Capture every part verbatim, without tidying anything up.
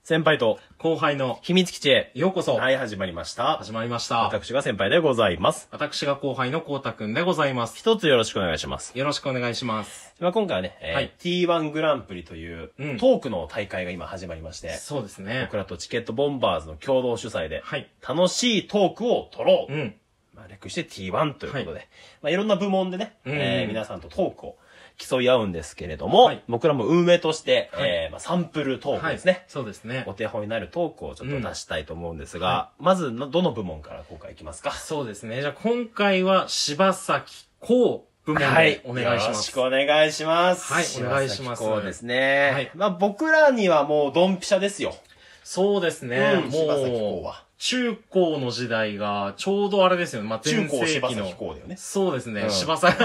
先輩と後輩の秘密基地へようこそ。 はい、始まりました。 始まりました。 私が先輩でございます。 私が後輩のこうたくんでございます。 一つよろしくお願いします。 よろしくお願いします。 まあ、今回はね、えーはい、ティーワン グランプリという、うん、トークの大会が今始まりまして、 そうですね。 僕らとチケットボンバーズの共同主催で、はい、楽しいトークを取ろう。うん、まあ、略して ティーワン ということで、はい、まあ、いろんな部門でね、うんえー、皆さんとトークを競い合うんですけれども、はい、僕らも運営として、はい、えーまあ、サンプルトークですね、はい。 そうですね。 お手本になるトークをちょっと出したいと思うんですが、うんはい、まずの、どの部門から今回いきますか？ そうですね。じゃあ今回は柴咲コウ部門でお願いします。はい、よろしくお願いします。 はい、お願いします。 そうですね。はい。まあ僕らにはもうドンピシャですよ。 そうですね。 うん、柴咲コウは。 中高の時代が、ちょうどあれですよね。まあ、 中高柴咲コウだよね。 そうですね。うん、柴咲、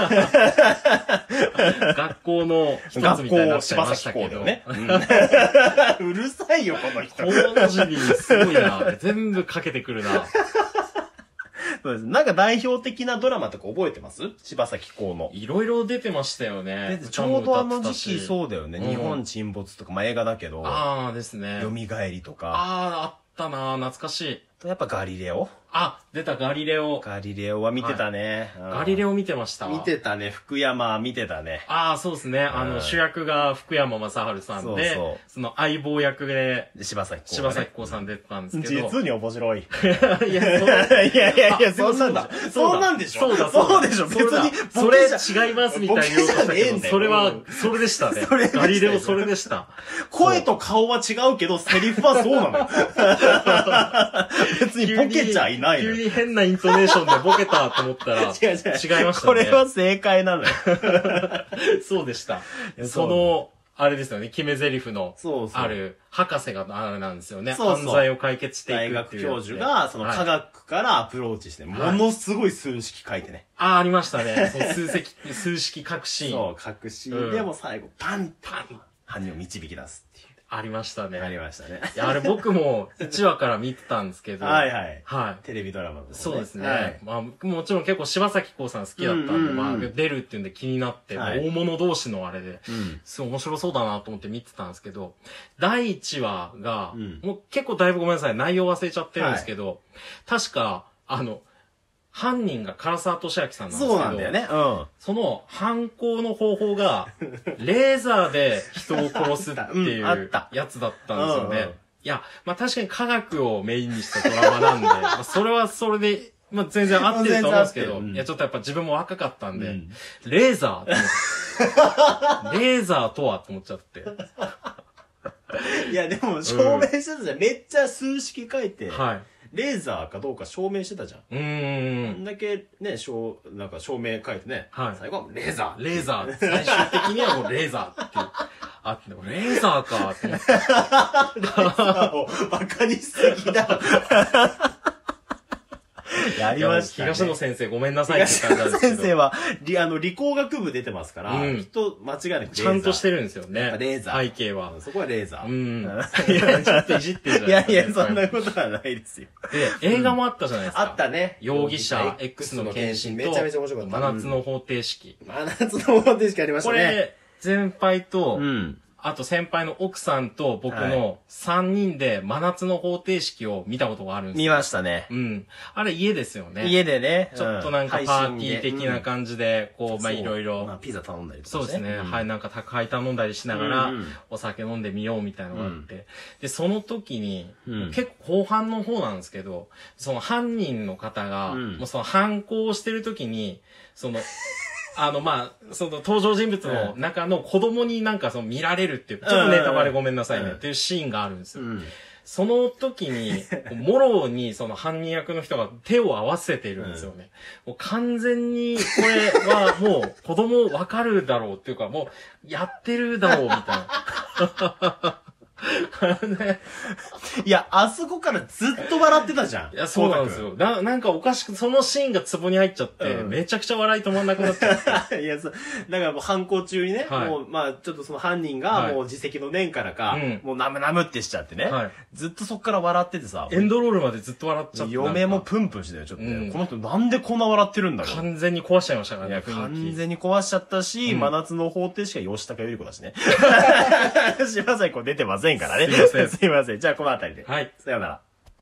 学校の一つみたいになっちゃいましたけど。 ね、うん、うるさいよ、この人。 この文字にすごいな。全部かけてくるな。 そうです。なんか代表的なドラマとか覚えてます？柴咲コウの。 いろいろ出てましたよね。 ちょうどあの時期そうだよね。うん、日本沈没とか、まあ、映画だけど。 ああですね。 蘇りとか。 ああ、あったな、懐かしい。 やっぱガリレオ？ あ、出たガリレオ。 ガリレオは見てたね。 はい、ガリレオ見てましたわ。 見てたね。福山見てたね。 ああ、そうですね。あの、主役が福山雅治さんで、そうそうその相棒役で、 柴咲コウ、ね。 柴咲コウさん出てたんですけど。 実に面白い。いや、そういやいやいや、そんなんだ。そうなんでしょそうだ、 そうでしょ。別に、 それ違いますみたいに言おうとしたけど、それは、それでしたね。ガリレオそれでした。 声と顔は違うけど、セリフはそうなのよ。別にボケちゃいないのよ。 急に変なイントネーションでボケたと思ったら、違う違う違いましたね。 これは正解なのよ。 そうでした。その、あれですよね、決め台詞の、ある、博士があれなんですよね。そうそう犯罪を解決していくっていう、 大学教授が、その科学からアプローチして、はい、ものすごい数式書いてね。 ああ、ありましたね。そう数式、数式書くシーン。 そう、書くシーンでも最後、パンパン犯人を導き出すっていう。 ありましたね。 ありましたね。 いや、あれ僕もいちわから見てたんですけど。 はいはい。 はい。 テレビドラマの、ね。 そうですね。はい、まあ、もちろん結構柴咲コウさん好きだったんで、うんうんうん、まあ、出るっていうんで気になって、はい、大物同士のあれで、うん、すごい面白そうだなと思って見てたんですけど、だいいちわが、うん、もう結構だいぶごめんなさい、内容忘れちゃってるんですけど、はい、確か、あの、犯人が唐沢寿明さんなんですけど。 そうなんだよね。うん。 その犯行の方法が、レーザーで人を殺すっていうやつだったんですよね。いや、まあ確かに科学をメインにしたドラマなんで、まあそれはそれで、まあ全然合ってると思うんですけど、うん、いやちょっとやっぱ自分も若かったんで、うん、レーザーレーザーとはと思っちゃって。 いやでも証明してたじゃん。うん、めっちゃ数式書いて。 はい。 レーザーかどうか証明してたじゃん。 うーん。 こんだけね、証、なんか証明書いてね。はい。最後はレーザー。 レーザー。最終的にはもうレーザーっていう。あ、でもレーザーかって思って。 レーザーをバカにしすぎだ。やりましたね。 東野先生ごめんなさいって感じなんですけど。 先生は、理、あの、理工学部出てますから、うん、きっと間違いなくちゃんとしてるんですよね。 レーザー。 背景は。 そこはレーザー。 うん。いや、ちょっといじってるじゃないですか。 いやいや、そんなことはないですよ。 で、映画もあったじゃないですか。 あったね。 容疑者 X の献身と、 めちゃめちゃ面白かった。 真夏の方程式。 真夏の方程式ありましたね。 これ、先輩と、うん。あと先輩の奥さんと僕のさんにんで真夏の方程式を見たことがあるんですよ。 見ましたね。 うん。あれ家ですよね。 家でね。 ちょっとなんかパーティー的な感じで、こう、まあいろいろ。 まあピザ頼んだりとか。 そうですね。はい、なんか宅配頼んだりしながら、お酒飲んでみようみたいなのがあって。で、その時に、結構後半の方なんですけど、その犯人の方が、もうその犯行をしてる時に、その、あの、まあ、その登場人物の中の子供になんかその見られるっていう、ちょっとネタバレごめんなさいねっていうシーンがあるんですよ。うん、その時に、もろにその犯人役の人が手を合わせてるんですよね。うん、もう完全にこれはもう子供わかるだろうっていうか、もうやってるだろうみたいな。ね、 いや、あそこからずっと笑ってたじゃん。 いや、そうなんですよ。な、なんかおかしく、そのシーンがツボに入っちゃって、うん、めちゃくちゃ笑い止まんなくなっちゃって。 いや、そう。だからもう犯行中にね、はい、もう、まあちょっとその犯人がもう自責の念からか、はい、もうナムナムってしちゃってね、はい、ずっとそっから笑っててさ。 エンドロールまでずっと笑っちゃって。 嫁もプンプンしてたよ、ちょっと、ねうん。この人なんでこんな笑ってるんだろう。 完全に壊しちゃいましたからね。 いや、完全に壊しちゃったし、うん、真夏の方程式は吉高由里子だしね。島崎こう出てませんからね。すいません。すいません。じゃあこのあたりで。はい。さようなら。